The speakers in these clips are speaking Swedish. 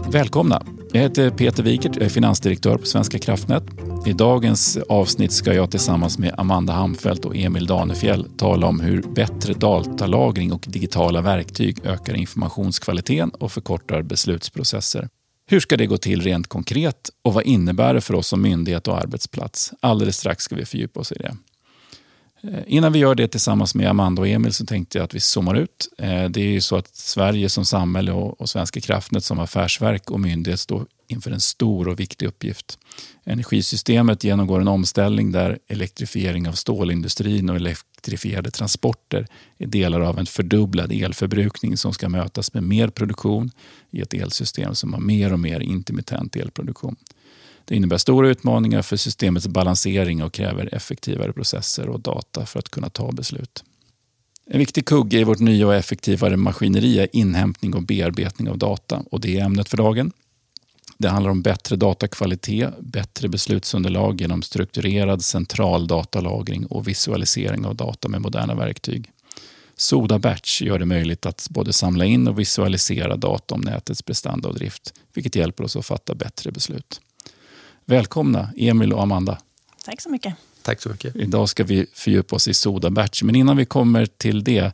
Välkomna! Jag heter Peter Wikert, jag är finansdirektör på Svenska kraftnät. I dagens avsnitt ska jag tillsammans med Amanda Hamfeldt och Emil Danefjell tala om hur bättre datalagring och digitala verktyg ökar informationskvaliteten och förkortar beslutsprocesser. Hur ska det gå till rent konkret och vad innebär det för oss som myndighet och arbetsplats? Alldeles strax ska vi fördjupa oss i det. Innan vi gör det tillsammans med Amanda och Emil så tänkte jag att vi zoomar ut. Det är ju så att Sverige som samhälle och Svenska kraftnät som affärsverk och myndighet står inför en stor och viktig uppgift. Energisystemet genomgår en omställning där elektrifiering av stålindustrin och elektrifierade transporter är delar av en fördubblad elförbrukning som ska mötas med mer produktion i ett elsystem som har mer och mer intermittent elproduktion. Det innebär stora utmaningar för systemets balansering och kräver effektivare processer och data för att kunna ta beslut. En viktig kugge i vårt nya och effektivare maskineri är inhämtning och bearbetning av data och det är ämnet för dagen. Det handlar om bättre datakvalitet, bättre beslutsunderlag genom strukturerad central datalagring och visualisering av data med moderna verktyg. Soda Batch gör det möjligt att både samla in och visualisera data om nätets prestanda och drift, vilket hjälper oss att fatta bättre beslut. Välkomna Emil och Amanda. Tack så mycket. Tack så mycket. Idag ska vi fördjupa oss i Soda Batch. Men innan vi kommer till det,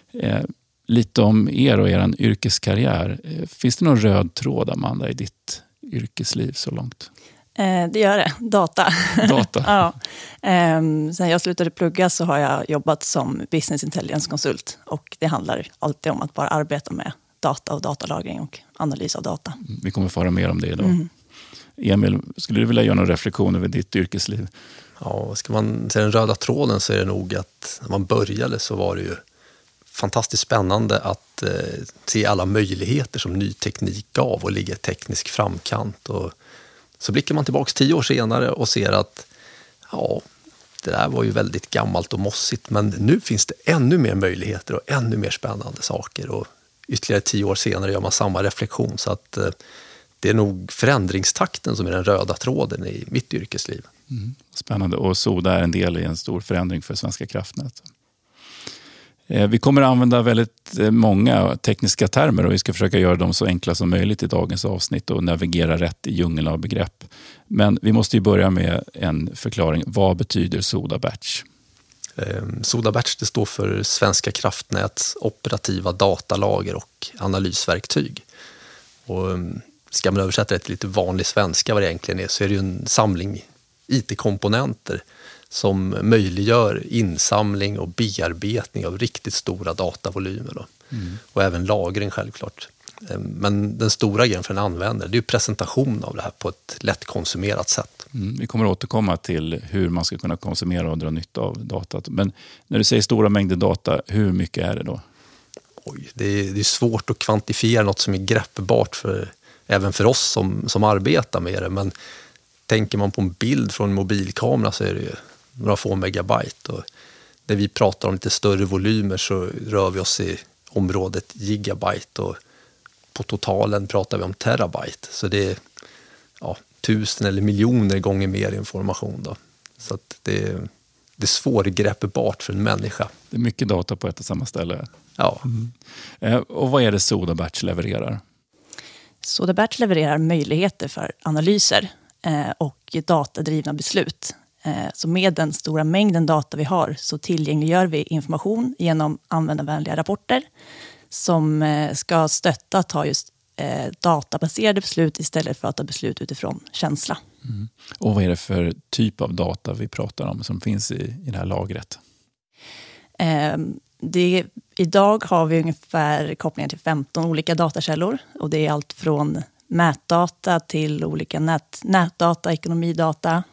lite om er och er yrkeskarriär. Finns det någon röd tråd, Amanda, i ditt yrkesliv så långt? Det gör det. Data. Data? Ja. Sen jag slutade plugga så har jag jobbat som business intelligence-konsult. Och det handlar alltid om att bara arbeta med data och datalagring och analys av data. Vi kommer få höra mer om det idag. Emil, skulle du vilja göra någon reflektion över ditt yrkesliv? Ja, ska man säga den röda tråden så är det nog att när man började så var det ju fantastiskt spännande att se alla möjligheter som ny teknik gav och ligga i teknisk framkant. Och så blickar man tillbaka 10 år senare och ser att ja, det där var ju väldigt gammalt och mossigt, men nu finns det ännu mer möjligheter och ännu mer spännande saker. Och ytterligare 10 år senare gör man samma reflektion, så att det är nog förändringstakten som är den röda tråden i mitt yrkesliv. Spännande. Och Soda är en del i en stor förändring för Svenska kraftnät. Vi kommer att använda väldigt många tekniska termer och vi ska försöka göra dem så enkla som möjligt i dagens avsnitt och navigera rätt i djungeln av begrepp. Men vi måste ju börja med en förklaring. Vad betyder Soda Batch? Soda Batch, det står för Svenska kraftnäts operativa datalager och analysverktyg. Och ska man översätta det till lite vanlig svenska vad det egentligen är, så är det ju en samling IT-komponenter som möjliggör insamling och bearbetning av riktigt stora datavolymer då. Och även lagring självklart. Men den stora grejen för en användare, det är ju presentation av det här på ett lättkonsumerat sätt. Vi kommer att återkomma till hur man ska kunna konsumera och dra nytta av datat. Men när du säger stora mängder data, hur mycket är det då? Det är svårt att kvantifiera något som är greppbart även för oss som arbetar med det. Men tänker man på en bild från en mobilkamera så är det ju några få megabyte. Och när vi pratar om lite större volymer så rör vi oss i området gigabyte. Och på totalen pratar vi om terabyte. Så det är 1000 eller miljoner gånger mer information då. Så att det är svårgreppbart för en människa. Det är mycket data på ett och samma ställe. Ja. Och vad är det Soda Batch levererar? Soda Batch levererar möjligheter för analyser och datadrivna beslut. Så med den stora mängden data vi har så tillgängliggör vi information genom användarvänliga rapporter som ska stötta att ta just databaserade beslut istället för att ta beslut utifrån känsla. Och vad är det för typ av data vi pratar om som finns i det här lagret? Idag har vi ungefär kopplingar till 15 olika datakällor och det är allt från mätdata till olika nätdata, ekonomidata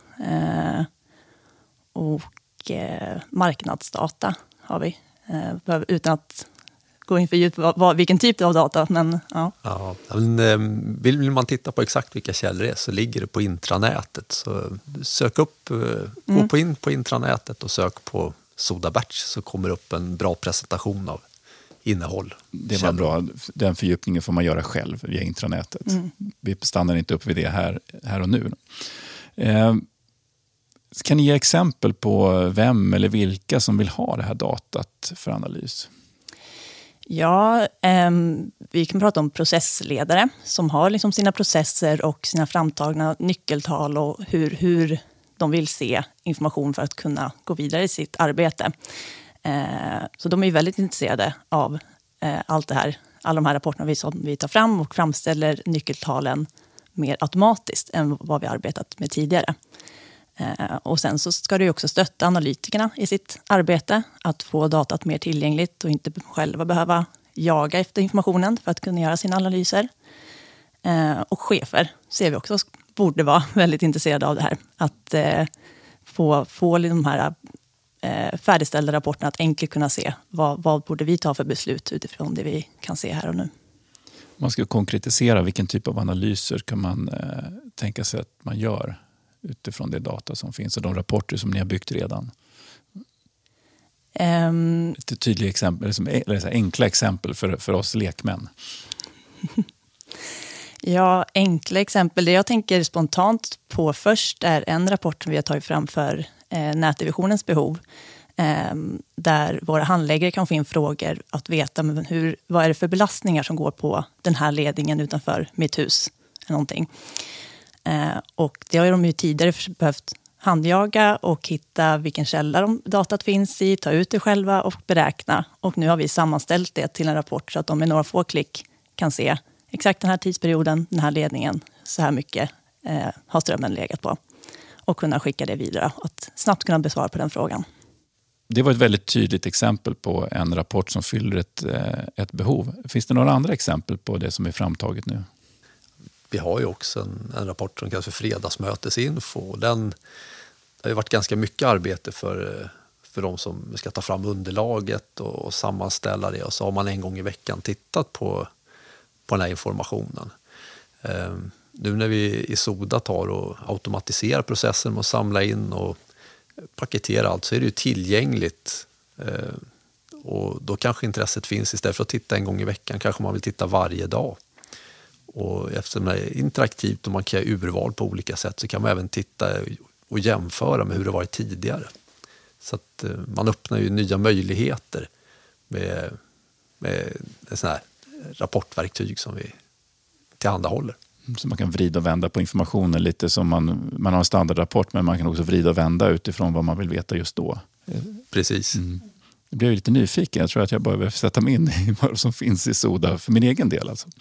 och marknadsdata har vi. Utan att gå in för djupt vilken typ av data. Men, ja. Ja, men vill man titta på exakt vilka källor det är så ligger det på intranätet. Så sök upp, gå in på intranätet och sök på Soda Batch så kommer upp en bra presentation av innehåll. Det var bra. Den fördjupningen får man göra själv via intranätet. Vi stannar inte upp vid det här och nu. Kan ni ge exempel på vem eller vilka som vill ha det här datat för analys? Ja, vi kan prata om processledare som har liksom sina processer och sina framtagna nyckeltal och hur de vill se information för att kunna gå vidare i sitt arbete. Så de är väldigt intresserade av allt det här, alla de här rapporterna som vi tar fram och framställer nyckeltalen mer automatiskt än vad vi arbetat med tidigare. Och sen så ska det ju också stötta analytikerna i sitt arbete att få datat mer tillgängligt och inte själva behöva jaga efter informationen för att kunna göra sina analyser. Och chefer ser vi också borde vara väldigt intresserade av det här. Att få de här färdigställda rapporterna att enkelt kunna se vad borde vi ta för beslut utifrån det vi kan se här och nu. Man ska konkretisera vilken typ av analyser kan man tänka sig att man gör utifrån det data som finns och de rapporter som ni har byggt redan. Ett tydligt exempel, eller enkla exempel för oss lekmän. Ja, enkla exempel. Det jag tänker spontant på först är en rapport som vi har tagit fram för nätdivisionens behov. Där våra handläggare kan få in frågor att veta vad är det för belastningar som går på den här ledningen utanför mitt hus. Eller någonting. Och det har de ju tidigare behövt handjaga och hitta vilken källa datat finns i, ta ut det själva och beräkna. Och nu har vi sammanställt det till en rapport så att de med några få klick kan se exakt den här tidsperioden, den här ledningen, så här mycket har strömmen legat på. Och kunna skicka det vidare, att snabbt kunna besvara på den frågan. Det var ett väldigt tydligt exempel på en rapport som fyller ett behov. Finns det några andra exempel på det som är framtaget nu? Vi har ju också en rapport som kallas för fredagsmötesinfo. Det har ju varit ganska mycket arbete för de som ska ta fram underlaget och sammanställa det. Och så har man en gång i veckan tittat på den här informationen. Nu när vi i Soda tar och automatiserar processen med att samla in och paketera allt så är det ju tillgängligt. Och då kanske intresset finns istället för att titta en gång i veckan. Kanske man vill titta varje dag. Och eftersom det är interaktivt och man kan göra urval på olika sätt så kan man även titta och jämföra med hur det varit tidigare. Så att man öppnar ju nya möjligheter med en sån här rapportverktyg som vi tillhandahåller. Så man kan vrida och vända på informationen lite som man har en standardrapport men man kan också vrida och vända utifrån vad man vill veta just då. Precis. Jag blev lite nyfiken. Jag tror att jag bara behöver sätta mig in i vad som finns i Soda för min egen del. Alltså.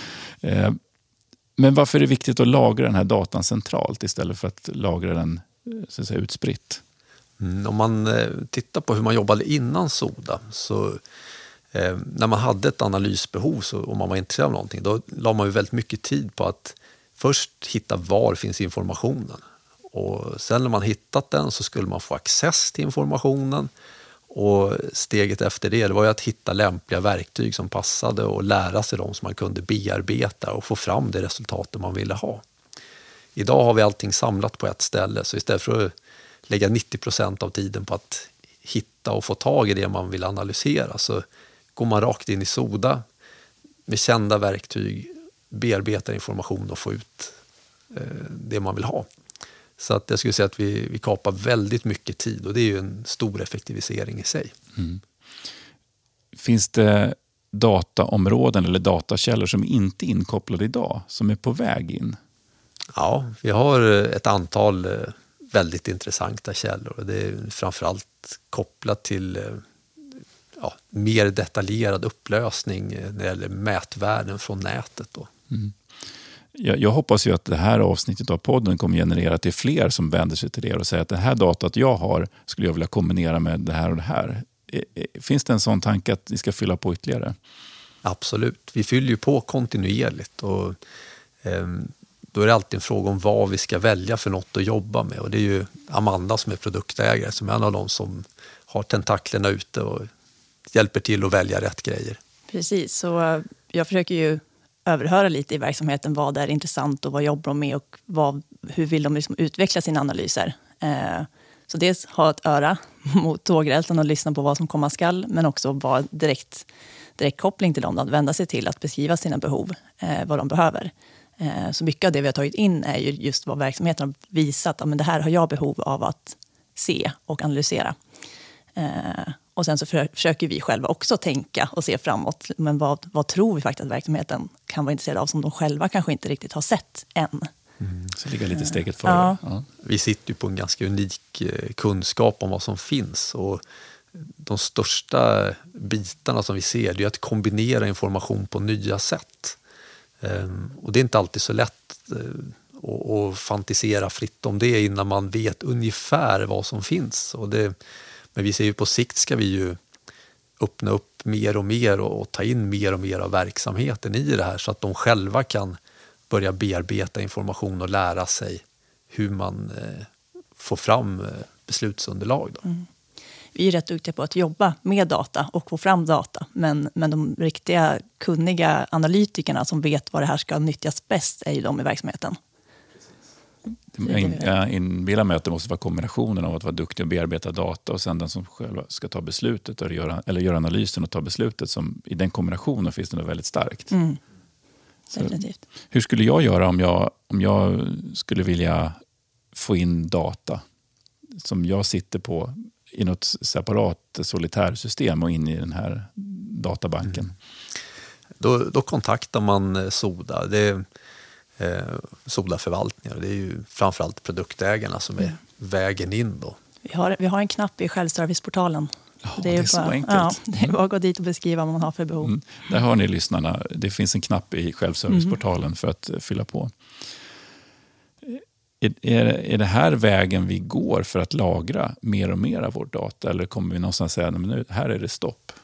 Men varför är det viktigt att lagra den här datan centralt istället för att lagra den så att säga, utspritt? Om man tittar på hur man jobbade innan Soda så när man hade ett analysbehov och man var intresserad av någonting då la man ju väldigt mycket tid på att först hitta var finns informationen och sen när man hittat den så skulle man få access till informationen och steget efter det var ju att hitta lämpliga verktyg som passade och lära sig dem som man kunde bearbeta och få fram det resultatet man ville ha. Idag har vi allting samlat på ett ställe så istället för att lägga 90% av tiden på att hitta och få tag i det man vill analysera så går man rakt in i Soda med kända verktyg, bearbetar information och får ut det man vill ha. Så att jag skulle säga att vi kapar väldigt mycket tid och det är ju en stor effektivisering i sig. Mm. Finns det dataområden eller datakällor som inte är inkopplade idag som är på väg in? Ja, vi har ett antal väldigt intressanta källor och det är framförallt kopplat till mer detaljerad upplösning när det gäller mätvärden från nätet. Då. Mm. Jag hoppas ju att det här avsnittet av podden kommer generera till fler som vänder sig till er och säger att det här datat jag har skulle jag vilja kombinera med det här och det här. Finns det en sån tanke att ni ska fylla på ytterligare? Absolut. Vi fyller ju på kontinuerligt och då är det alltid en fråga om vad vi ska välja för något att jobba med. Och det är ju Amanda som är produktägare som är en av de som har tentaklerna ute och hjälper till att välja rätt grejer. Precis, så jag försöker ju överhöra lite i verksamheten vad är intressant och vad jobbar de med och hur vill de liksom utveckla sina analyser. Så dels ha ett öra mot tågrälsen och lyssna på vad som komma skall men också vara direkt koppling till dem att vända sig till att beskriva sina behov, vad de behöver. Så mycket av det vi har tagit in är ju just vad verksamheten har visat att det här har jag behov av att se och analysera. Och sen så försöker vi själva också tänka och se framåt. Men vad tror vi faktiskt att verksamheten kan vara intresserad av som de själva kanske inte riktigt har sett än. Så ligga lite steget före. Ja. Vi sitter ju på en ganska unik kunskap om vad som finns. Och de största bitarna som vi ser, det är att kombinera information på nya sätt. Och det är inte alltid så lätt att fantisera fritt om det innan man vet ungefär vad som finns. Men vi ser ju på sikt ska vi ju öppna upp mer och mer och ta in mer och mer av verksamheten i det här så att de själva kan börja bearbeta information och lära sig hur man får fram beslutsunderlag. Då. Vi är rätt duktiga på att jobba med data och få fram data. Men de riktiga kunniga analytikerna som vet vad det här ska nyttjas bäst är ju de i verksamheten. Jag inbillar mig att det måste vara kombinationen av att vara duktig och bearbeta data och sen den som själv ska ta beslutet eller göra analysen och ta beslutet. Som, i den kombinationen finns det nog väldigt starkt. Definitivt. Hur skulle jag göra om jag skulle vilja få in data som jag sitter på i något separat solitärsystem och in i den här databanken? Då kontaktar man Soda. Det är Soda-förvaltningar. Det är ju framförallt produktägarna som är vägen in då. Vi har en knapp i självserviceportalen. Ja, det är så enkelt. Ja, det är bara att gå dit och beskriva vad man har för behov. Där har ni lyssnarna. Det finns en knapp i självserviceportalen för att fylla på. Är det här vägen vi går för att lagra mer och mer av vår data? Eller kommer vi någonstans säga att här är det stopp?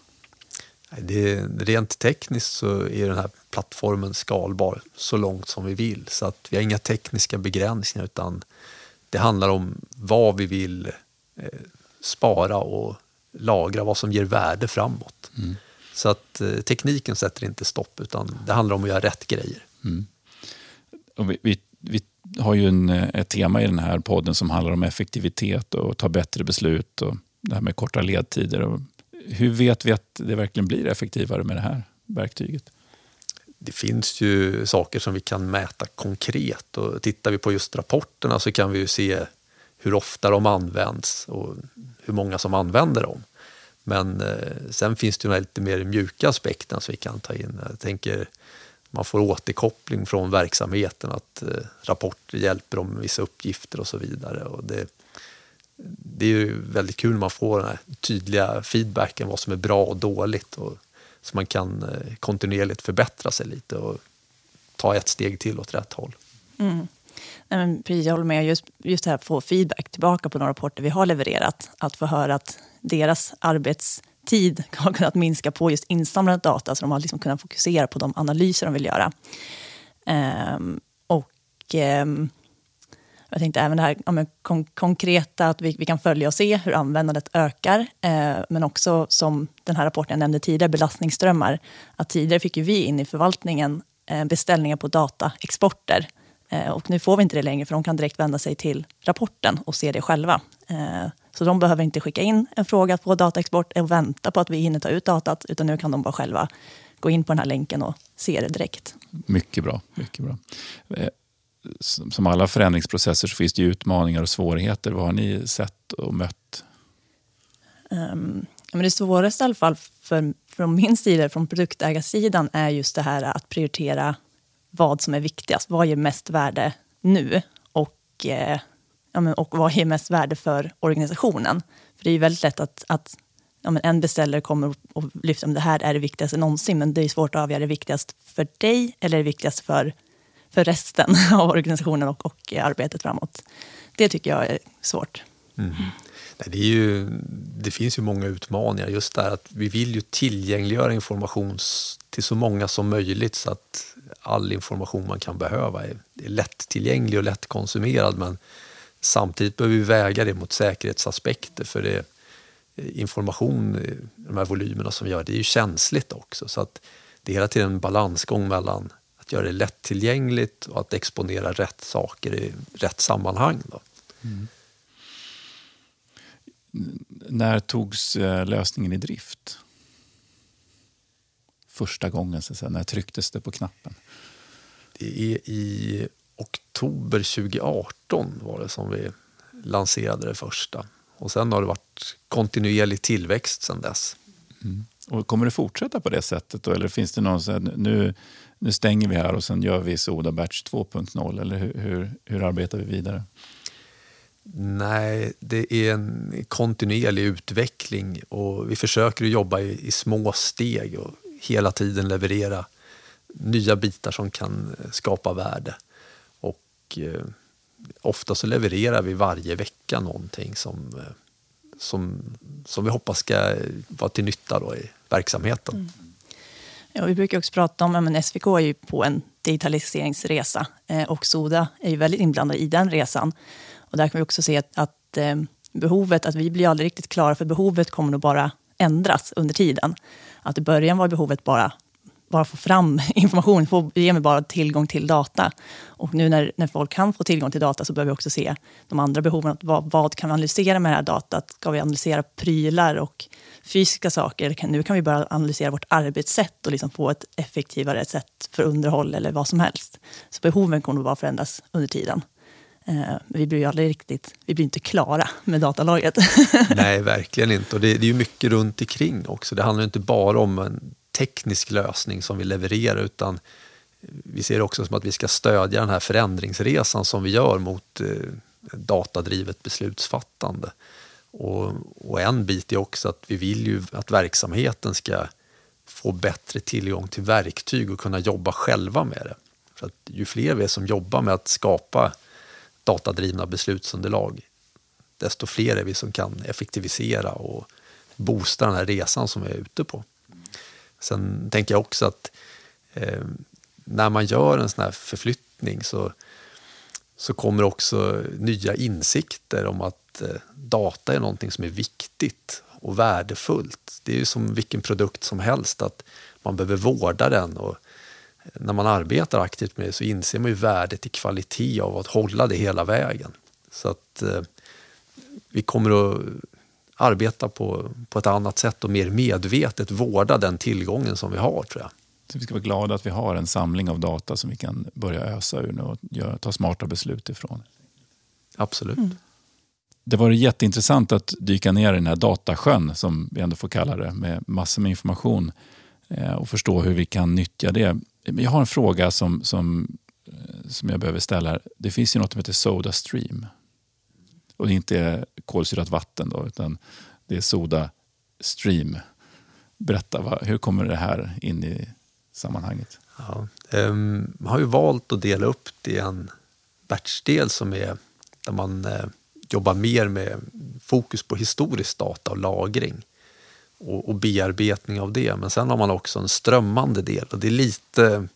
Rent tekniskt så är den här plattformen skalbar så långt som vi vill. Så att vi har inga tekniska begränsningar utan det handlar om vad vi vill spara och lagra, vad som ger värde framåt. Så att tekniken sätter inte stopp utan det handlar om att göra rätt grejer. Och vi har ju ett tema i den här podden som handlar om effektivitet och ta bättre beslut och det här med korta ledtider. Och hur vet vi att det verkligen blir effektivare med det här verktyget? Det finns ju saker som vi kan mäta konkret och tittar vi på just rapporterna så kan vi ju se hur ofta de används och hur många som använder dem. Men sen finns det ju lite mer mjuka aspekter som vi kan ta in. Jag tänker man får återkoppling från verksamheten att rapporter hjälper dem med vissa uppgifter och så vidare. Och det är ju väldigt kul när man får den här tydliga feedbacken vad som är bra och dåligt och så man kan kontinuerligt förbättra sig lite och ta ett steg till åt rätt håll. Nej, men precis, jag håller med. Just det här att få feedback tillbaka på de rapporter vi har levererat. Att få höra att deras arbetstid har kunnat minska på just insamlad data så de har liksom kunnat fokusera på de analyser de vill göra. Jag tänkte även det här konkreta att vi kan följa och se hur användandet ökar. Men också som den här rapporten jag nämnde tidigare, belastningsströmmar. Att tidigare fick ju vi in i förvaltningen beställningar på dataexporter. Och nu får vi inte det längre för de kan direkt vända sig till rapporten och se det själva. Så de behöver inte skicka in en fråga på dataexport och vänta på att vi hinner ta ut datat. Utan nu kan de bara själva gå in på den här länken och se det direkt. Mycket bra, mycket bra. Som alla förändringsprocesser så finns det ju utmaningar och svårigheter. Vad har ni sett och mött? Men det svåraste i alla fall från min sida, från produktägarsidan, är just det här att prioritera vad som är viktigast. Vad ger mest värde nu? Och vad ger mest värde för organisationen? För det är ju väldigt lätt att en beställare kommer och lyfter om det här är det viktigaste någonsin. Men det är svårt att avgöra det viktigast för dig eller det viktigast för resten av organisationen och arbetet framåt. Det tycker jag är svårt. Det finns ju många utmaningar just där att vi vill ju tillgängliggöra information till så många som möjligt så att all information man kan behöva är lättillgänglig och lättkonsumerad men samtidigt behöver vi väga det mot säkerhetsaspekter för det information, de här volymerna som vi gör, det är ju känsligt också så att det är hela tiden en balansgång mellan att göra det lättillgängligt och att exponera rätt saker i rätt sammanhang. Då. När togs lösningen i drift? Första gången, så att säga, när trycktes det på knappen? Det är i oktober 2018 var det som vi lanserade det första. Och sen har det varit kontinuerlig tillväxt sedan dess. Mm. Och kommer det fortsätta på det sättet då? Eller finns det någon så här, nu stänger vi här och sen gör vi Soda Batch 2.0? Eller hur arbetar vi vidare? Nej, det är en kontinuerlig utveckling och vi försöker jobba i små steg och hela tiden leverera nya bitar som kan skapa värde. Och ofta så levererar vi varje vecka någonting som vi hoppas ska vara till nytta då i verksamheten. Mm. Ja, vi brukar också prata om att SVK är ju på en digitaliseringsresa och Soda är ju väldigt inblandad i den resan. Och där kan vi också se att behovet, att vi blir aldrig riktigt klara för behovet kommer nog bara ändras under tiden. Att i början var behovet bara få fram information, ge mig bara tillgång till data. Och nu när folk kan få tillgång till data så behöver vi också se de andra behoven. Vad kan vi analysera med det här datat? Ska vi analysera prylar och fysiska saker? Nu kan vi bara analysera vårt arbetssätt och liksom få ett effektivare sätt för underhåll eller vad som helst. Så behoven kommer bara förändras under tiden. Vi blir ju aldrig vi blir inte klara med datalagret. Nej, verkligen inte. Och det är ju mycket runt omkring också. Det handlar inte bara om en teknisk lösning som vi levererar utan vi ser det också som att vi ska stödja den här förändringsresan som vi gör mot datadrivet beslutsfattande. Och en bit är också att vi vill ju att verksamheten ska få bättre tillgång till verktyg och kunna jobba själva med det. För att ju fler vi är som jobbar med att skapa datadrivna beslutsunderlag, desto fler är vi som kan effektivisera och boosta den här resan som vi är ute på. Sen tänker jag också att när man gör en sån här förflyttning så kommer också nya insikter om att data är någonting som är viktigt och värdefullt. Det är ju som vilken produkt som helst att man behöver vårda den och när man arbetar aktivt med det så inser man ju värdet i kvalitet av att hålla det hela vägen. Så att vi kommer att arbeta på ett annat sätt och mer medvetet vårda den tillgången som vi har, tror jag. Så vi ska vara glada att vi har en samling av data som vi kan börja ösa ur nu och ta smarta beslut ifrån. Absolut. Mm. Det var jätteintressant att dyka ner i den här datasjön som vi ändå får kalla det med massor med information och förstå hur vi kan nyttja det. Jag har en fråga som jag behöver ställa. Det finns ju något som heter Soda Stream. Och det är inte kolsyrat vatten då, utan det är Soda Stream. Berätta, hur kommer det här in i sammanhanget? Ja, man har ju valt att dela upp det i en batchdel som är där man jobbar mer med fokus på historisk data och lagring och bearbetning av det. Men sen har man också en strömmande del och det är lite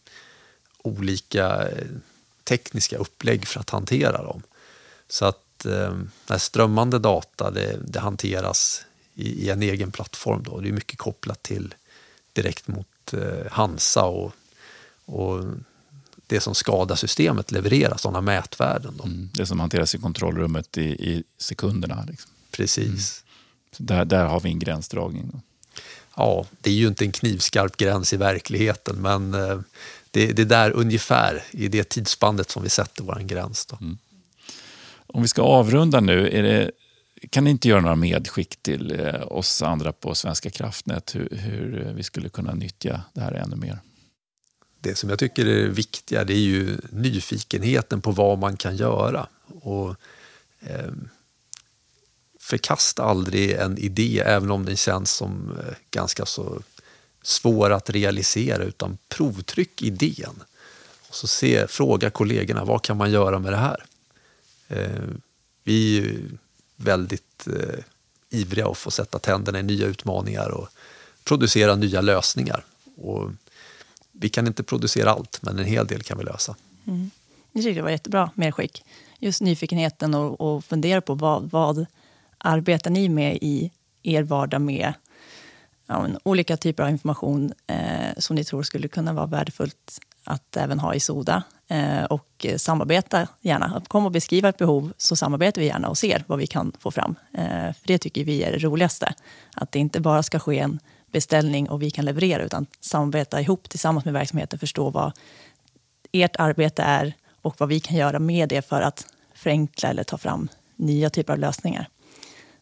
olika tekniska upplägg för att hantera dem. Så att när strömmande data det hanteras i en egen plattform då. Det är mycket kopplat till direkt mot Hansa och det som SCADA-systemet levererar, sådana mätvärden. Då. Det som hanteras i kontrollrummet i sekunderna. Liksom. Precis. Så där har vi en gränsdragning. Då. Ja, det är ju inte en knivskarp gräns i verkligheten, men det är där ungefär i det tidsspannet som vi sätter vår gräns. Då. Mm. Om vi ska avrunda nu, kan ni inte göra några medskick till oss andra på Svenska kraftnät hur vi skulle kunna nyttja det här ännu mer? Det som jag tycker är viktiga det är ju nyfikenheten på vad man kan göra. Och förkasta aldrig en idé även om den känns som ganska så svår att realisera, utan provtryck idén. Och så fråga kollegorna, vad kan man göra med det här? Vi är ju väldigt ivriga att få sätta tänderna i nya utmaningar och producera nya lösningar. Och vi kan inte producera allt, men en hel del kan vi lösa. Mm. Jag tycker det var jättebra medskick. Just nyfikenheten och fundera på vad arbetar ni med i er vardag med olika typer av information som ni tror skulle kunna vara värdefullt att även ha i Soda. Och samarbeta gärna. Kom och beskriva ett behov så samarbetar vi gärna och ser vad vi kan få fram. För det tycker vi är det roligaste. Att det inte bara ska ske en beställning och vi kan leverera, utan samarbeta ihop tillsammans med verksamheten, förstå vad ert arbete är och vad vi kan göra med det för att förenkla eller ta fram nya typer av lösningar.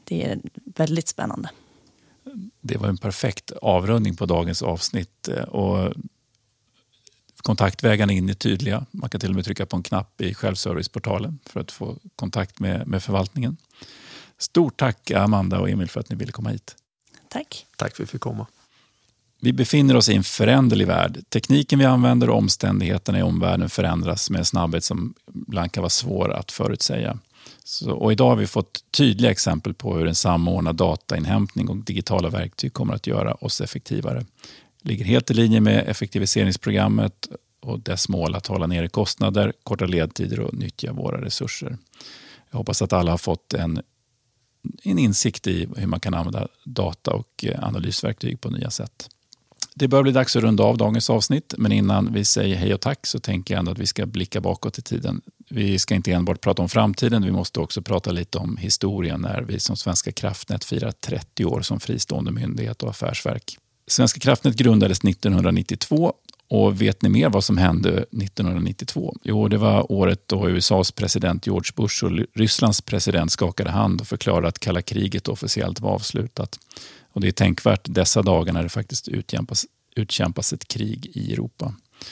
det är väldigt spännande. Det var en perfekt avrundning på dagens avsnitt och kontaktvägarna in är tydliga. Man kan till och med trycka på en knapp i självserviceportalen för att få kontakt med förvaltningen. Stort tack Amanda och Emil för att ni ville komma hit. Tack. Tack för att vi fick komma. Vi befinner oss i en föränderlig värld. Tekniken vi använder och omständigheterna i omvärlden förändras med en snabbhet som ibland kan vara svår att förutsäga. Och idag har vi fått tydliga exempel på hur en samordnad datainhämtning och digitala verktyg kommer att göra oss effektivare. Det ligger helt i linje med effektiviseringsprogrammet och dess mål att hålla nere kostnader, korta ledtider och nyttja våra resurser. Jag hoppas att alla har fått en insikt i hur man kan använda data och analysverktyg på nya sätt. Det bör bli dags att runda av dagens avsnitt, men innan vi säger hej och tack så tänker jag ändå att vi ska blicka bakåt i tiden. Vi ska inte enbart prata om framtiden, vi måste också prata lite om historien när vi som Svenska kraftnät firar 30 år som fristående myndighet och affärsverk. Svenska kraftnät grundades 1992 och vet ni mer vad som hände 1992? Jo, det var året då USAs president George Bush och Rysslands president skakade hand och förklarade att kalla kriget officiellt var avslutat. Och det är tänkvärt dessa dagar när det faktiskt utkämpas ett krig i Europa.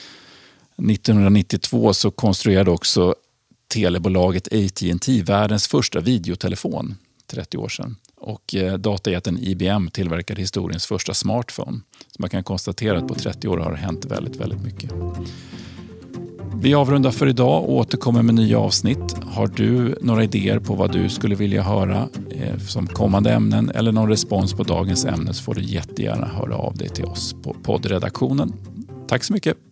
1992 så konstruerade också telebolaget AT&T världens första videotelefon, 30 år sedan. Och datajätten IBM tillverkade historiens första smartphone. Så man kan konstatera att på 30 år har det hänt väldigt, väldigt mycket. Vi avrundar för idag och återkommer med nya avsnitt. Har du några idéer på vad du skulle vilja höra som kommande ämnen eller någon respons på dagens ämne så får du jättegärna höra av dig till oss på poddredaktionen. Tack så mycket!